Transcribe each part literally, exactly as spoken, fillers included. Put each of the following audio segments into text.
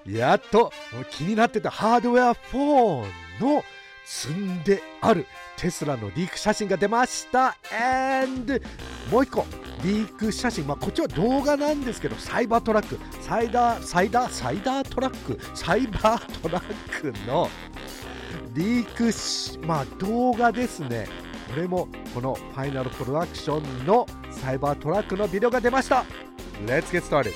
やっと気になってたハードウェアフォーの積んであるテスラのリーク写真が出ました。 and もう一個リーク写真、まあこっちは動画なんですけど、サイバートラックサイダーサイダーサイダートラックサイバートラックのリークし、まあ動画ですね。これもこのファイナルプロダクションのサイバートラックのビデオが出ました。 Let's get started。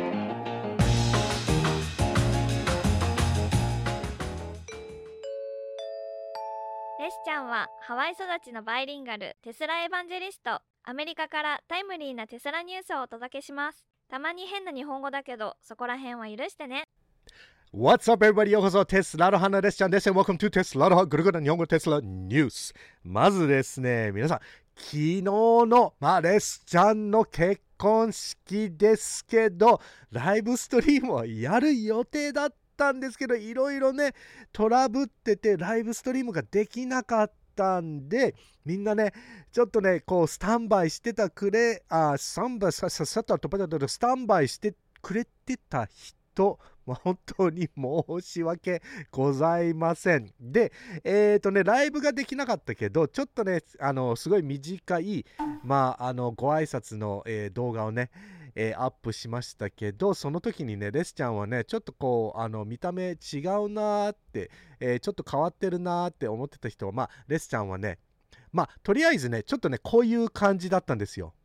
レスちゃんはハワイ育ちのバイリンガルテスラエヴァンジェリスト。アメリカからタイムリーなテスラニュースをお届けします。たまに変な日本語だけどそこら辺は許してね。 What's up everybody、 ようこそテスラの花レスちゃんです。 Welcome to テスラの花ぐるぐる日本語テスラニュース。まずですね、皆さん昨日の、まあ、レスちゃんの結婚式ですけど、ライブストリームをやる予定だったんですけど、いろいろねトラブっててライブストリームができなかったんで、みんなねちょっとねこうスタンバイしてたくれあスタンバイさささとスタンバイしてくれてた人、まあ、本当に申し訳ございません。でえっ、ー、とねライブができなかったけど、ちょっとねあのすごい短いまああのご挨拶の、えー、動画をねえー、アップしましたけど、その時にねレスちゃんはねちょっとこうあの見た目違うなーって、えー、ちょっと変わってるなーって思ってた人は、まあレスちゃんはねまあとりあえずねちょっとねこういう感じだったんですよ。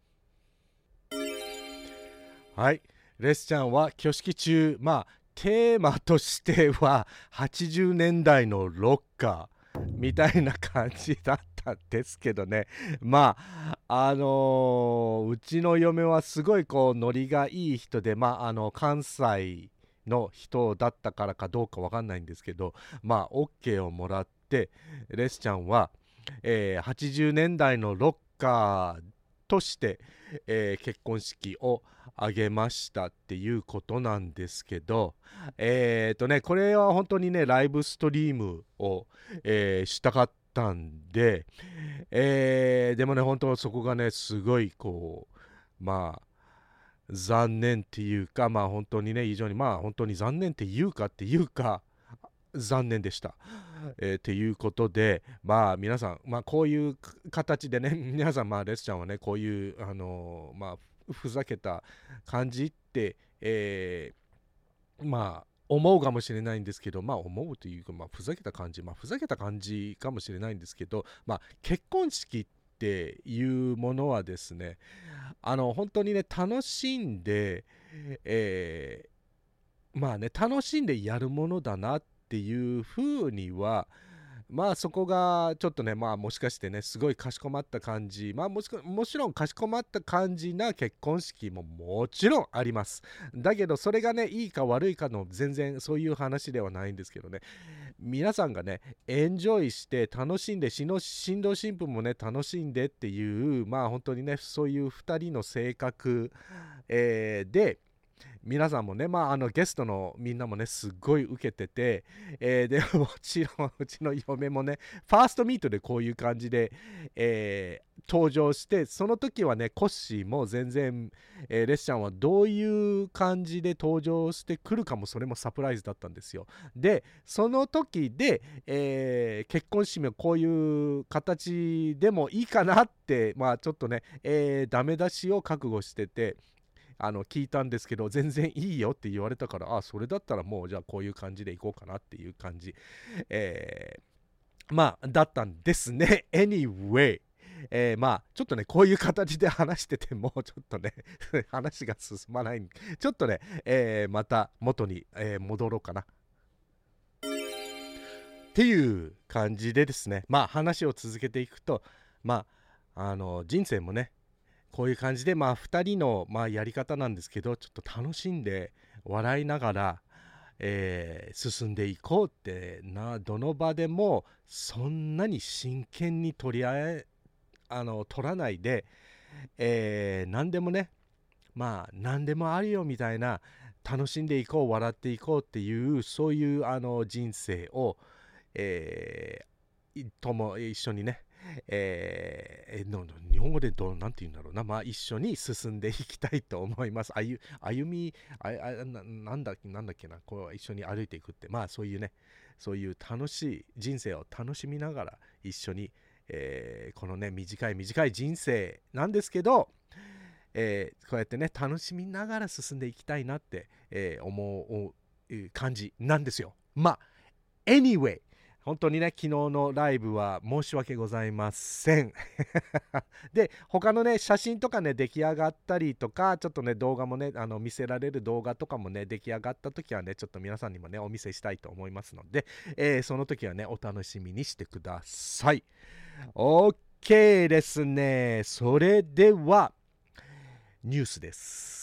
はい、レスちゃんは挙式中、まあテーマとしてははちじゅうねんだいのロッカーみたいな感じだったんですけどね、まああのー、うちの嫁はすごいこうノリがいい人で、まああの関西の人だったからかどうかわかんないんですけど、まあ OK をもらってレスちゃんは、えー、はちじゅうねんだいのロッカーとして、えー、結婚式を挙げましたっていうことなんですけど、えーとねこれは本当にねライブストリームを、えーしたかったんで、えーでもね本当そこがねすごいこうまあ残念っていうか、まあ本当にね非常にまあ本当に残念っていうかっていうか残念でした。えー、っていうことで、まあ皆さん、まあこういう形でね、皆さん、まあレスちゃんはね、こういう、あのーまあふざけた感じって、えーまあ思うかもしれないんですけど、まあ思うというか、まあふざけた感じ、まあふざけた感じかもしれないんですけど、まあ結婚式っていうものはですね、あの本当にね、楽しんで、えーまあね、楽しんでやるものだなっていうふうには、まあそこがちょっとね、まあもしかしてね、すごいかしこまった感じ、まあもしかもちろんかしこまった感じな結婚式ももちろんあります。だけどそれがね、いいか悪いかの全然そういう話ではないんですけどね、皆さんがね、エンジョイして楽しんで、新郎新郎新婦もね、楽しんでっていう、まあ本当にね、そういうふたりの性格、えーで、皆さんもね、まあ、あのゲストのみんなもねすっごい受けてて、えーでもちろんうちの嫁もねファーストミートでこういう感じで、えー登場して、その時はねコッシーも全然、えーレッシャンはどういう感じで登場してくるかもそれもサプライズだったんですよ。でその時で、えー結婚式もこういう形でもいいかなって、まあちょっとね、えーダメ出しを覚悟してて、あの聞いたんですけど、全然いいよって言われたから、あそれだったらもうじゃあこういう感じでいこうかなっていう感じ、えー、まあだったんですね。Anyway、えー、まあちょっとねこういう形で話しててもちょっとね話が進まないん、ちょっとね、えー、また元に、えー、戻ろうかなっていう感じでですね、まあ話を続けていくと、まああの人生もねこういう感じで、まあふたりの、まあ、やり方なんですけど、ちょっと楽しんで笑いながら、えー進んでいこうってな、どの場でもそんなに真剣に取り合えあの取らないで、えー何でもね、まあ何でもあるよみたいな、楽しんでいこう笑っていこうっていうそういうあの人生を、えーとも一緒にね、 えー、の日本語でどうなんて言うんだろうな、まあ一緒に進んでいきたいと思います。あゆ歩みああな、なんだなんだっけな、こう一緒に歩いていくって、まあそういうね、そういう楽しい人生を楽しみながら一緒に、えー、このね短い短い人生なんですけど、えー、こうやってね楽しみながら進んでいきたいなって、えー、思う感じなんですよ。まあ anyway、本当にね昨日のライブは申し訳ございませんで他のね写真とかね出来上がったりとか、ちょっとね動画もねあの見せられる動画とかもね出来上がった時はねちょっと皆さんにもねお見せしたいと思いますので、えー、その時はねお楽しみにしてください。 OK ですね。それではニュースです。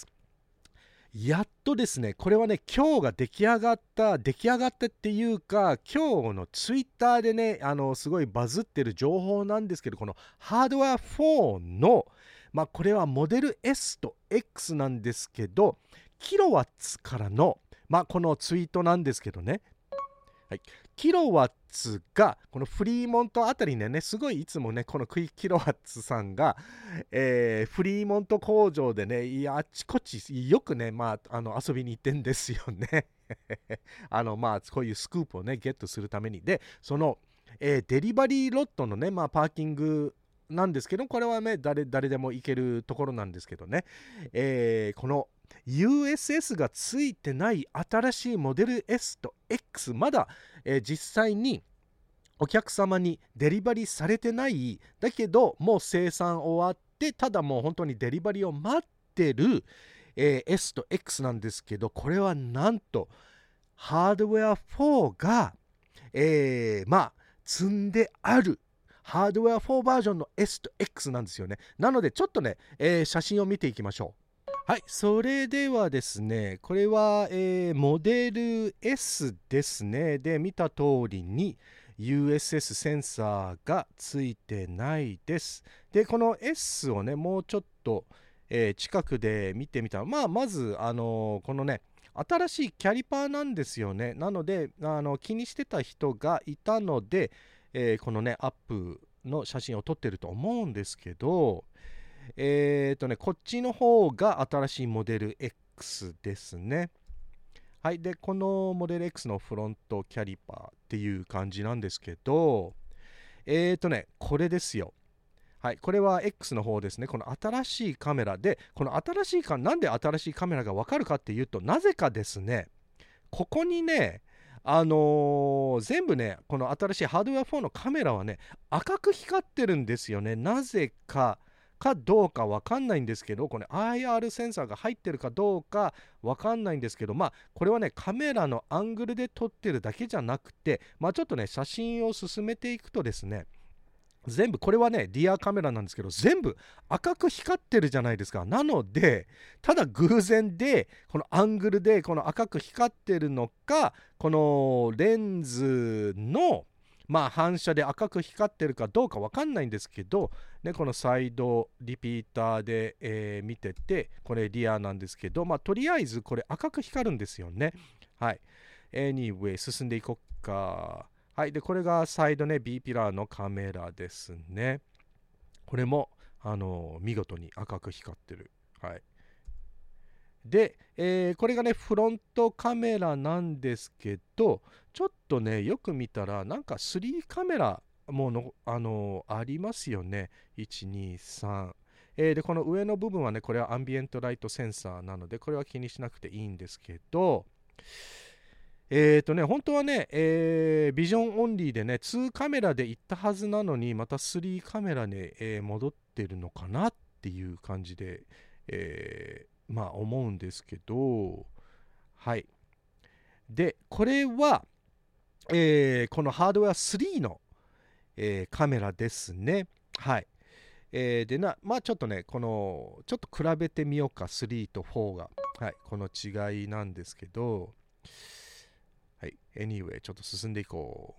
やっとですね、これはね、今日が出来上がった、出来上がったっていうか、今日のツイッターでね、あの、すごいバズってる情報なんですけど、このハードウェアフォーの、まあ、これはモデル S と X なんですけど、キロワッツからの、まあ、このツイートなんですけどね、はい、キロワッツがこのフリーモントあたりでね、すごいいつもねこのクイキロワッツさんが、えー、フリーモント工場でね、いやあちこちよくね、まあ、あの遊びに行ってんですよねあのまあこういうスクープをねゲットするためにで、その、えー、デリバリーロットのね、まあ、パーキングなんですけど、これはね 誰, 誰でも行けるところなんですけどね、えー、このユーエスエス がついてない新しいモデル S と X、 まだ、えー、実際にお客様にデリバリーされてない、だけどもう生産終わって、ただもう本当にデリバリーを待ってる、えー、S と X なんですけど、これはなんとハードウェアフォーが、えー、まあ積んであるハードウェアフォーバージョンの S と X なんですよね。なのでちょっとね、えー、写真を見ていきましょう。はい、それではですね、これは、えー、モデル S ですね。で、見た通りに ユーエスエス センサーがついてないです。で、この S をね、もうちょっと、えー、近くで見てみたら、まあ、まず、あのー、このね、新しいキャリパーなんですよね。なので、あの気にしてた人がいたので、えー、このね、アップの写真を撮ってると思うんですけど、えーとね、こっちの方が新しいモデル X ですね。はい。で、このモデル X のフロントキャリパーっていう感じなんですけど、えーとね、これですよ。はい。これは X の方ですね。この新しいカメラで、この新しいカメラ、なんで新しいカメラがわかるかっていうと、なぜかですね、ここにね、あのー、全部ね、この新しいハードウェアフォーのカメラはね、赤く光ってるんですよね。なぜか。かどうかわかんないんですけど、これ アイアール センサーが入ってるかどうかわかんないんですけど、まあこれはねカメラのアングルで撮ってるだけじゃなくて、まあちょっとね写真を進めていくとですね、全部これはねリアカメラなんですけど、全部赤く光ってるじゃないですか。なのでただ偶然でこのアングルでこの赤く光ってるのか、このレンズのまあ反射で赤く光ってるかどうかわかんないんですけど、ね、このサイドリピーターで、えー見てて、これリアなんですけど、まあとりあえずこれ赤く光るんですよね。はい。Anyway、進んでいこっか。はい。で、これがサイドね、B ピラーのカメラですね。これも、あの見事に赤く光ってる。はい。で、えーこれがね、フロントカメラなんですけど、ちょっとね、よく見たら、なんかスリーカメラもの、あのーありますよね。いち、に、さん。えーで、この上の部分はね、これはアンビエントライトセンサーなので、これは気にしなくていいんですけど、えーとね、本当はね、えービジョンオンリーでね、ツーカメラで行ったはずなのに、またスリーカメラに、えー戻ってるのかなっていう感じで、えーまあ思うんですけど、はい。で、これは、えーこのハードウェアスリーの、えーカメラですね。はい。えーでな、まあちょっとね、この、ちょっと比べてみようか、スリーとフォーが。はい、この違いなんですけど、はい。Anyway、ちょっと進んでいこう。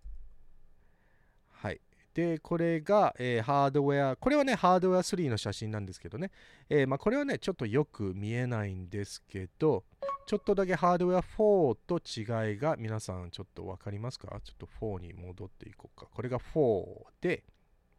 はい。で、これが、えーハードウェア、これはね、ハードウェアスリーの写真なんですけどね、えーまあ、これはね、ちょっとよく見えないんですけど、ちょっとだけハードウェアフォーと違いが、皆さんちょっとわかりますか？ちょっとフォーに戻っていこうか。これがフォーで、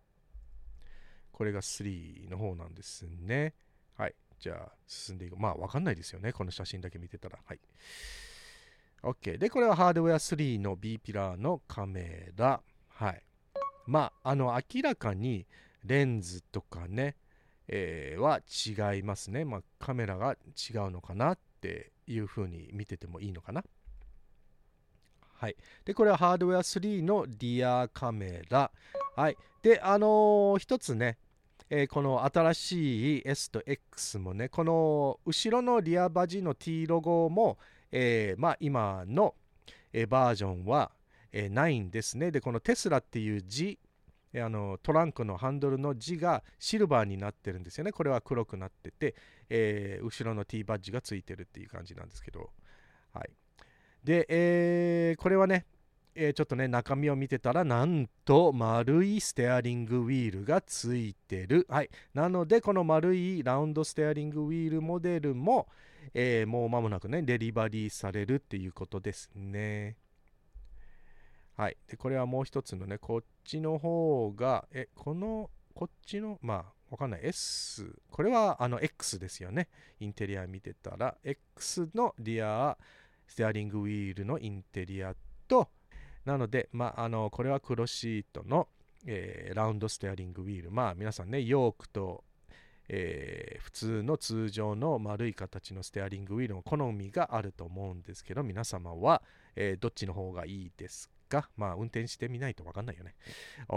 これがスリーの方なんですね。はい。じゃあ、進んでいく。まあ、わかんないですよね。この写真だけ見てたら。はい。OK。で、これはハードウェアスリーの B ピラーのカメラ。はい。まあ、あの、明らかにレンズとかね、えー、は違いますね。まあ、カメラが違うのかなっていう風に見ててもいいのかな。はい。で、これはハードウェアスリーのリアカメラ。はい。で、あのー、一つね、えー、この新しい S と X もね、この後ろのリアバジの T ロゴも、えー、まあ今の、えー、バージョンは、えー、ないんですね。で、このテスラっていう字、あのトランクのハンドルの字がシルバーになってるんですよね。これは黒くなってて、えー、後ろの T バッジがついてるっていう感じなんですけど、はい。で、えー、これはね、えー、ちょっとね中身を見てたら、なんと丸いステアリングウィールがついてる。はい。なのでこの丸いラウンドステアリングウィールモデルも、えー、もう間もなくねデリバリーされるっていうことですね。はい。で、これはもう一つのね、こっちの方が、え、この、こっちの、まあ、わかんない。S。これは、あの、X ですよね。インテリア見てたら、X のリア、ステアリングウィールのインテリアと、なので、まあ、あの、これは黒シートの、えー、ラウンドステアリングウィール。まあ、皆さんね、ヨークと、えー、普通の通常の丸い形のステアリングウィールの好みがあると思うんですけど、皆様は、えー、どっちの方がいいですか？まあ運転してみないと分かんないよね。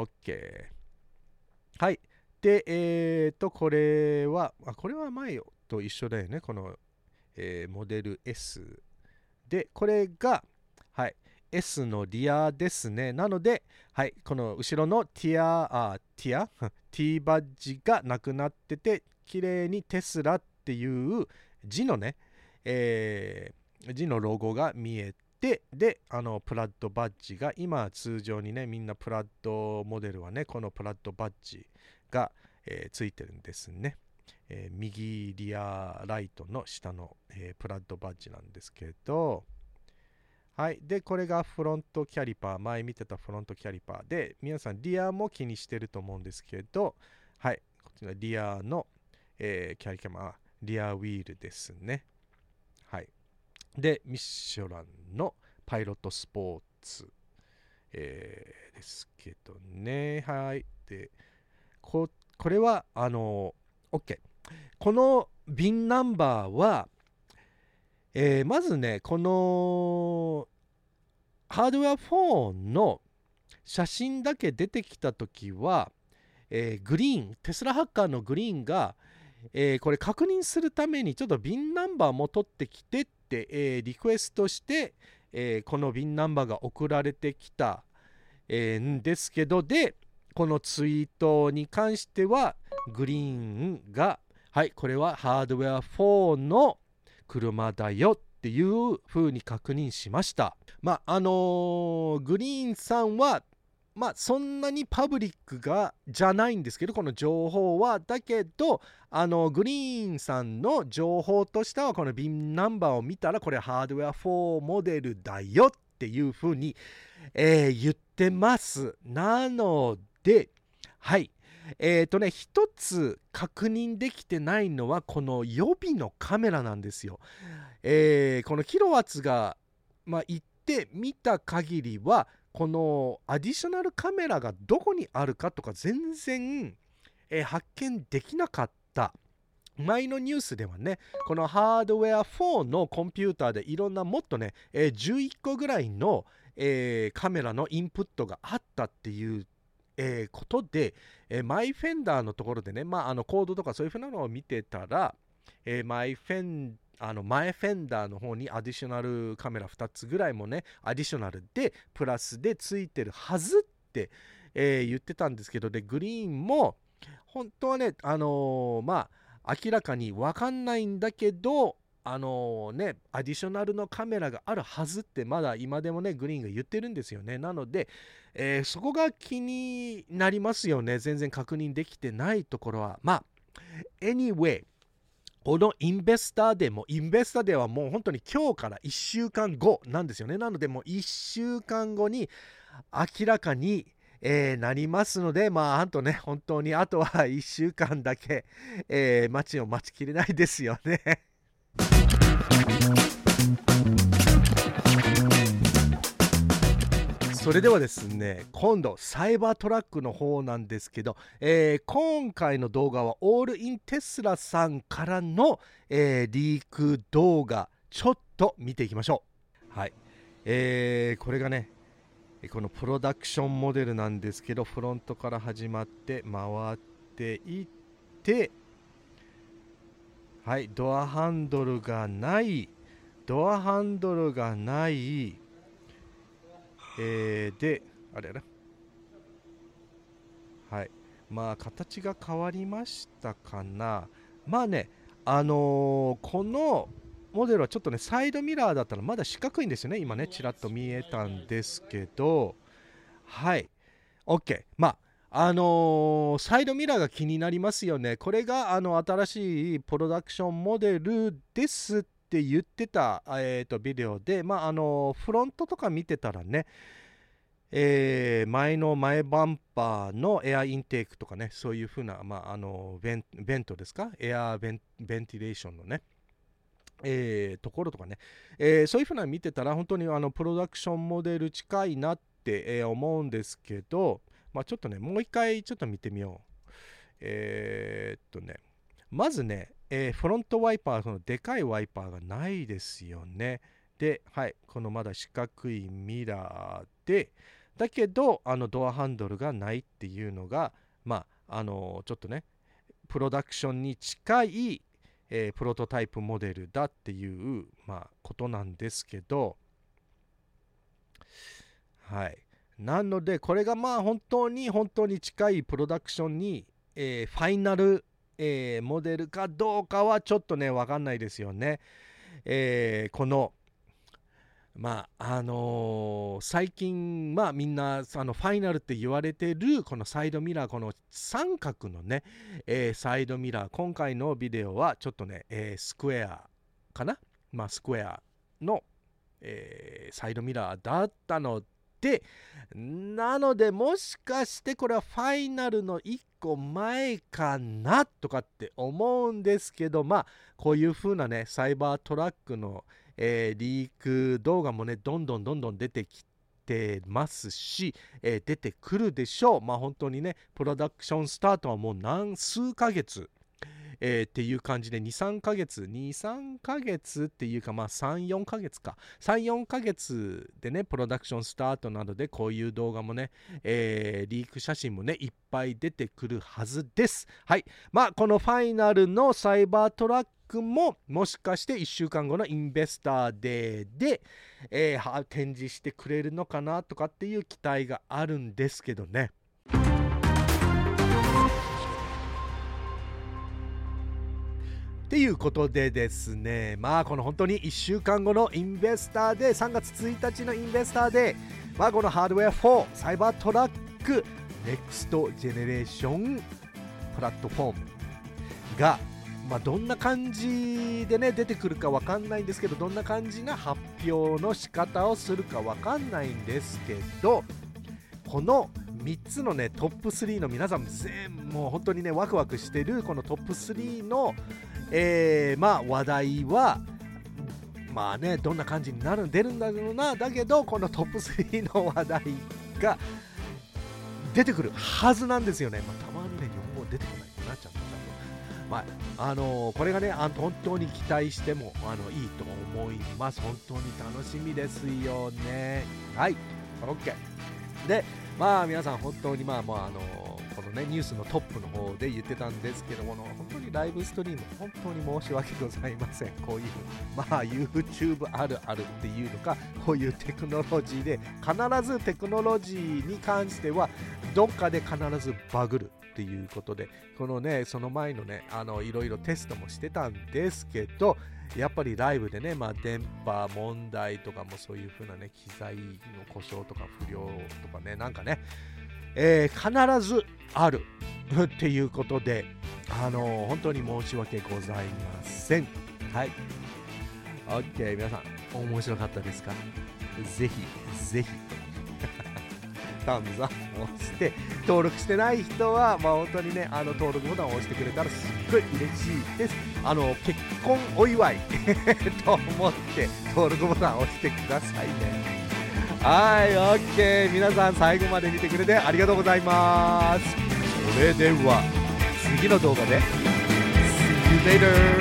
OK。 はい。でえっ、ー、とこれはあこれは前と一緒だよね。この、えー、モデル S で、これがはい S のリアですね。なので、はい、この後ろのティアあティアT バッジがなくなってて、綺麗にテスラっていう字のね、えー、字のロゴが見えて、で、で、あのプラッドバッジが今通常にね、みんなプラッドモデルはね、このプラッドバッジが、えー、ついてるんですね。えー、右リアライトの下の、えー、プラッドバッジなんですけど、はい。で、これがフロントキャリパー、前見てたフロントキャリパーで、皆さんリアも気にしてると思うんですけど、はい。こちらリアの、えー、キャリパー、リアウィールですね。はい。で、ミシュランのパイロットスポーツ、えー、ですけどね。はい。で、こ、これは、あの、OK。このビンナンバーは、えー、まずね、このハードウェアフォンの写真だけ出てきたときは、えー、グリーン、テスラハッカーのグリーンが、えー、これ確認するためにちょっとビンナンバーも取ってきてって、えー、リクエストして、えー、このビンナンバーが送られてきた、えー、んですけど、でこのツイートに関してはグリーンがはいこれはハードウェアフォーの車だよっていう風に確認しました。まああのー、グリーンさんはまあそんなにパブリックがじゃないんですけど、この情報はだけど、あのグリーンさんの情報としてはこのビンナンバーを見たらこれハードウェアフォーモデルだよっていう風に、えー、言ってます。なのではいえーとね一つ確認できてないのはこの予備のカメラなんですよ。えー、このキロワッツがまあ言ってみた限りはこのアディショナルカメラがどこにあるかとか全然、えー、発見できなかった。前のニュースではね、このハードウェアフォーのコンピューターでいろんなもっとね、えー、じゅういっこぐらいの、えー、カメラのインプットがあったっていう、えー、ことで、えー、マイフェンダーのところでね、まあ、あのコードとかそういうふうなのを見てたら、えー、マイフェンあの前フェンダーの方にアディショナルカメラふたつぐらいもねアディショナルでプラスでついてるはずって、えー、言ってたんですけど、でグリーンも本当はねあのー、まあ明らかに分かんないんだけどあのー、ねアディショナルのカメラがあるはずってまだ今でもねグリーンが言ってるんですよね。なので、えー、そこが気になりますよね。全然確認できてないところはまあ anywayこのインベスターデーもインベスターデーはもう本当に今日からいっしゅうかんごなんですよね。なのでもういっしゅうかんごに明らかに、 えーなりますので、まああとね本当にあとはいっしゅうかんだけ、えー待ちを待ちきれないですよね。それではですね、今度サイバートラックの方なんですけど、えー今回の動画はオールインテスラさんからの、えーリーク動画ちょっと見ていきましょう。はい、えーこれがねこのプロダクションモデルなんですけど、フロントから始まって回っていって、はい、ドアハンドルがないドアハンドルがないえー、で、あれやな。はい。まあ、形が変わりましたかな。まあね、あのーこのモデルはちょっとね、サイドミラーだったらまだ四角いんですよね。今ね、ちらっと見えたんですけど、はい。OK。まあ、あのーサイドミラーが気になりますよね。これがあの新しいプロダクションモデルですって言ってた、えー、とビデオで、まああのフロントとか見てたらね、えー前の前バンパーのエアインテークとかね、そういう風な、まあ、あのベンベントですか、エアベンベンティレーションのね、えーところとかね、えーそういう風なの見てたら本当にあのプロダクションモデル近いなって、えー思うんですけど、まあ、ちょっとねもう一回ちょっと見てみよう。えーっとねまずね、えーフロントワイパー、そのでかいワイパーがないですよね。で、はい、このまだ四角いミラーで、だけどあのドアハンドルがないっていうのが、まああのちょっとねプロダクションに近い、えープロトタイプモデルだっていう、まあ、ことなんですけど、はい、なのでこれがまあ本当に本当に近いプロダクションに、えーファイナル、えーモデルかどうかはちょっとね分かんないですよね。えーこのまああのー最近まあみんなあのファイナルって言われてるこのサイドミラー、この三角のね、えーサイドミラー、今回のビデオはちょっとね、えースクエアかな、まあスクエアの、えーサイドミラーだったので、なのでもしかしてこれはファイナルのいっこまえかなとかって思うんですけど、まあこういう風なねサイバートラックのえーリーク動画もねどんどんどんどん出てきてますし、えー出てくるでしょう。まあ本当にねプロダクションスタートはもう何数ヶ月、えーっていう感じでにさんかげつにさんかげつっていうか、まあさんよんかげつかさんよんかげつでねプロダクションスタートなどでこういう動画もね、えーリーク写真もねいっぱい出てくるはずです。はい、まあこのファイナルのサイバートラックももしかしていっしゅうかんごのインベスターデーで、えーは展示してくれるのかなとかっていう期待があるんですけどね。っていうことでですね、まあこの本当にいっしゅうかんごのインベスターでさんがつついたちのインベスターで、まあこのハードウェアフォーサイバートラックネクストジェネレーションプラットフォームが、まあ、どんな感じでね出てくるかわかんないんですけど、どんな感じな発表の仕方をするかわかんないんですけど、このみっつのねトップスリーの皆さん全部もう本当にねワクワクしてるこのトップスリーの、えー、まあ話題はまあねどんな感じになる出るんだろうな。だけどこのトップスリーの話題が出てくるはずなんですよね。まあ、たまにね日本語出てこないとなっちゃうんだけど、まああのーこれがねあ本当に期待してもあのいいと思います。本当に楽しみですよね。はい OK で、まあ皆さん本当にまあまああのーこのねニュースのトップの方で言ってたんですけども、本当にライブストリーム本当に申し訳ございません。こういうまあ YouTube あるあるっていうのか、こういうテクノロジーで必ずテクノロジーに関してはどっかで必ずバグるっていうことで、このねその前のねあのいろいろテストもしてたんですけど、やっぱりライブでね、まあ、電波問題とかもそういう風なね機材の故障とか不良とかねなんかね、えー、必ずあるっていうことで、あのー、本当に申し訳ございません。はい OK 皆さん面白かったですか？ぜひぜひタムズアップを押して、登録してない人はまあ本当にね、あの登録ボタンを押してくれたらすっごい嬉しいです。あの結婚お祝いと思って登録ボタンを押してくださいね。はい、オッケー。皆さん最後まで見てくれてありがとうございます。それでは次の動画で See you later